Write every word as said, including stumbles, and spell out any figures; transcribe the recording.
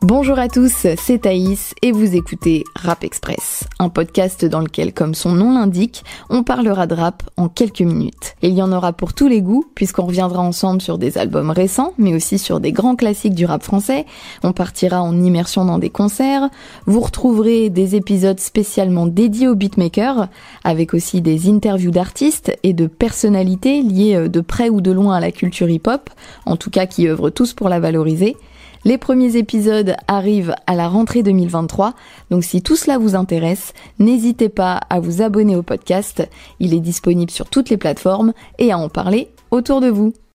Bonjour à tous, c'est Thaïs et vous écoutez Rap Express, un podcast dans lequel, comme son nom l'indique, on parlera de rap en quelques minutes. Et il y en aura pour tous les goûts, puisqu'on reviendra ensemble sur des albums récents, mais aussi sur des grands classiques du rap français. On partira en immersion dans des concerts. Vous retrouverez des épisodes spécialement dédiés aux beatmakers, avec aussi des interviews d'artistes et de personnalités liées de près ou de loin à la culture hip-hop, en tout cas qui œuvrent tous pour la valoriser. Les premiers épisodes arrivent à la rentrée deux mille vingt-trois, donc si tout cela vous intéresse, n'hésitez pas à vous abonner au podcast, il est disponible sur toutes les plateformes et à en parler autour de vous.